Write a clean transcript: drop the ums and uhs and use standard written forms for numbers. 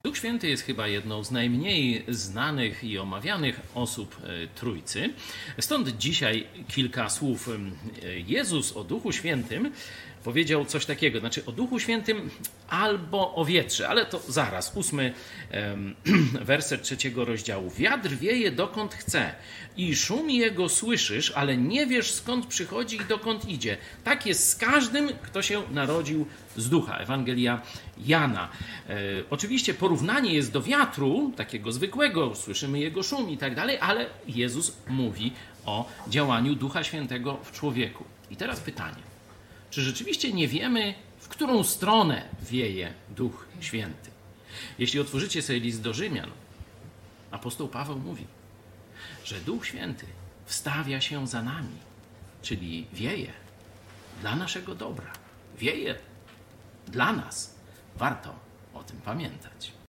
Duch Święty jest chyba jedną z najmniej znanych i omawianych osób Trójcy. Stąd dzisiaj kilka słów. Jezus o Duchu Świętym powiedział coś takiego, znaczy o Duchu Świętym albo o wietrze, ale to zaraz, 8 werset 3 rozdziału. Wiatr wieje dokąd chce i szum jego słyszysz, ale nie wiesz skąd przychodzi i dokąd idzie. Tak jest z każdym, kto się narodził z Ducha. Ewangelia Jana. Oczywiście porównanie jest do wiatru, takiego zwykłego, słyszymy jego szum i tak dalej, ale Jezus mówi o działaniu Ducha Świętego w człowieku. I teraz pytanie. Czy rzeczywiście nie wiemy, w którą stronę wieje Duch Święty? Jeśli otworzycie sobie list do Rzymian, apostoł Paweł mówi, że Duch Święty wstawia się za nami, czyli wieje dla naszego dobra, wieje dla nas. Warto o tym pamiętać.